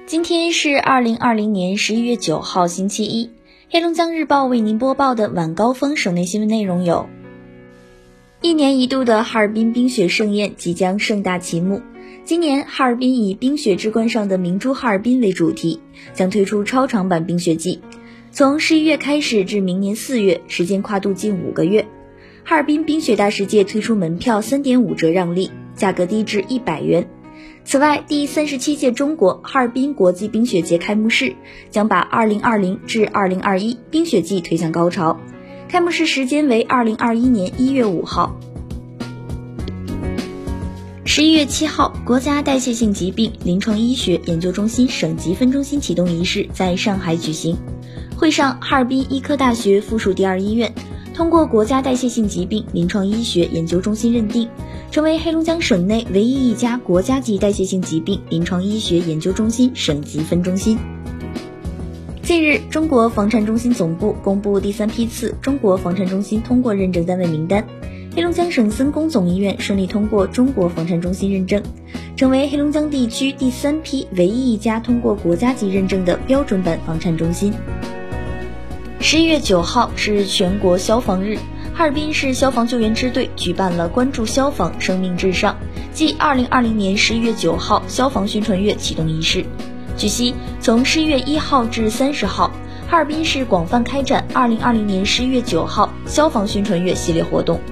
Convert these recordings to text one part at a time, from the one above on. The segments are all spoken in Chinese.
今天是2020年11月9号星期一，黑龙江日报为您播报的晚高峰省内新闻内容有：一年一度的哈尔滨冰雪盛宴即将盛大启幕。今年哈尔滨以冰雪之冠上的明珠哈尔滨为主题，将推出超长版冰雪季，从11月开始至明年4月，时间跨度近5个月。哈尔滨冰雪大世界推出门票 3.5 折让利，价格低至100元。此外，第37届中国哈尔滨国际冰雪节开幕式将把2020至2021冰雪季推向高潮，开幕式时间为2021年1月5号。11月7号，国家代谢性疾病临床医学研究中心省级分中心启动仪式在上海举行。会上，哈尔滨医科大学附属第二医院通过国家代谢性疾病临床医学研究中心认定，成为黑龙江省内唯一一家国家级代谢性疾病临床医学研究中心省级分中心。近日，中国房产中心总部公布第3批次中国房产中心通过认证单位名单，黑龙江省森工总医院顺利通过中国房产中心认证，成为黑龙江地区第3批唯一一家通过国家级认证的标准版房产中心。11月9号是全国消防日，哈尔滨市消防救援支队举办了关注消防生命至上暨2020年11月9号消防宣传月启动仪式。据悉，从11月1号至30号，哈尔滨市广泛开展2020年11月9号消防宣传月系列活动。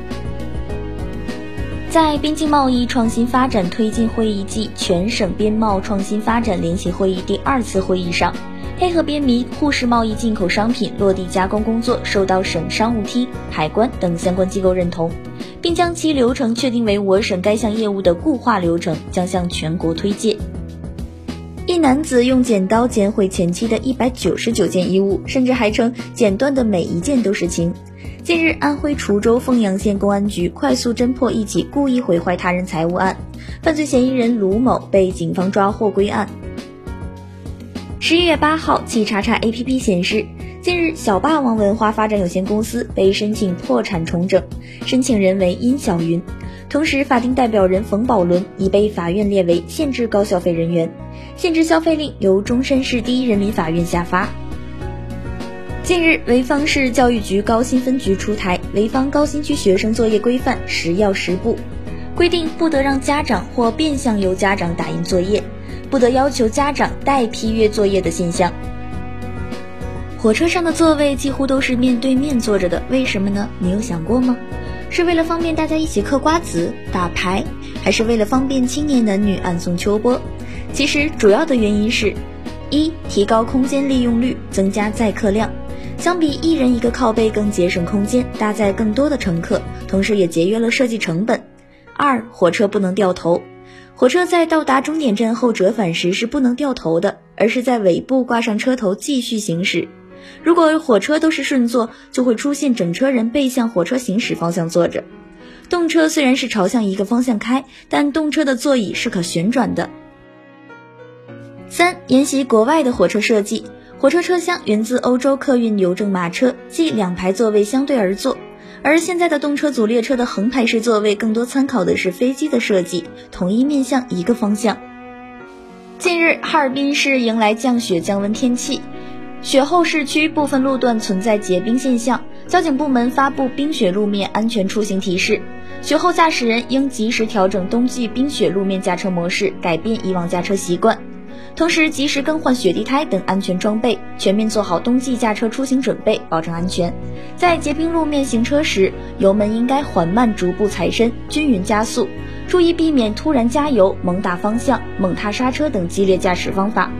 在边境贸易创新发展推进会议暨全省边贸创新发展联席会议第2次会议上，黑河边民沪市贸易进口商品落地加工工作受到省商务厅、海关等相关机构认同，并将其流程确定为我省该项业务的固化流程，将向全国推介。一男子用剪刀剪毁前妻的199件衣物，甚至还称剪断的每一件都是情。近日，安徽滁州凤阳县公安局快速侦破一起故意毁坏他人财物案，犯罪嫌疑人卢某被警方抓获归案。11月8号，企查查 APP 显示，近日小霸王文化发展有限公司被申请破产重整，申请人为殷小云，同时法定代表人冯宝伦已被法院列为限制高消费人员，限制消费令由中山市第一人民法院下发。近日，潍坊市教育局高新分局出台潍坊高新区学生作业规范10要10不，规定不得让家长或变相由家长打印作业，不得要求家长代批阅作业的现象。火车上的座位几乎都是面对面坐着的，为什么呢？你有想过吗？是为了方便大家一起嗑瓜子、打牌，还是为了方便青年男女暗送秋波？其实主要的原因是：一、提高空间利用率，增加载客量，相比一人一个靠背更节省空间，搭载更多的乘客，同时也节约了设计成本。二、火车不能掉头，火车在到达终点站后折返时是不能掉头的，而是在尾部挂上车头继续行驶。如果火车都是顺坐，就会出现整车人背向火车行驶方向坐着。动车虽然是朝向一个方向开，但动车的座椅是可旋转的。三、沿袭国外的火车设计，火车车厢源自欧洲客运邮政马车，即2排座位相对而坐，而现在的动车组列车的横排式座位更多参考的是飞机的设计，统一面向一个方向。近日，哈尔滨市迎来降雪降温天气，雪后市区部分路段存在结冰现象，交警部门发布冰雪路面安全出行提示，雪后驾驶人应及时调整冬季冰雪路面驾车模式，改变以往驾车习惯，同时及时更换雪地胎等安全装备，全面做好冬季驾车出行准备，保证安全。在结冰路面行车时，油门应该缓慢逐步踩深，均匀加速，注意避免突然加油、猛打方向、猛踏刹车等激烈驾驶方法。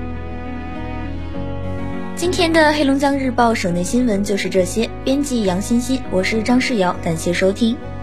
今天的黑龙江日报省内新闻就是这些，编辑杨欣欣，我是张世瑶，感谢收听。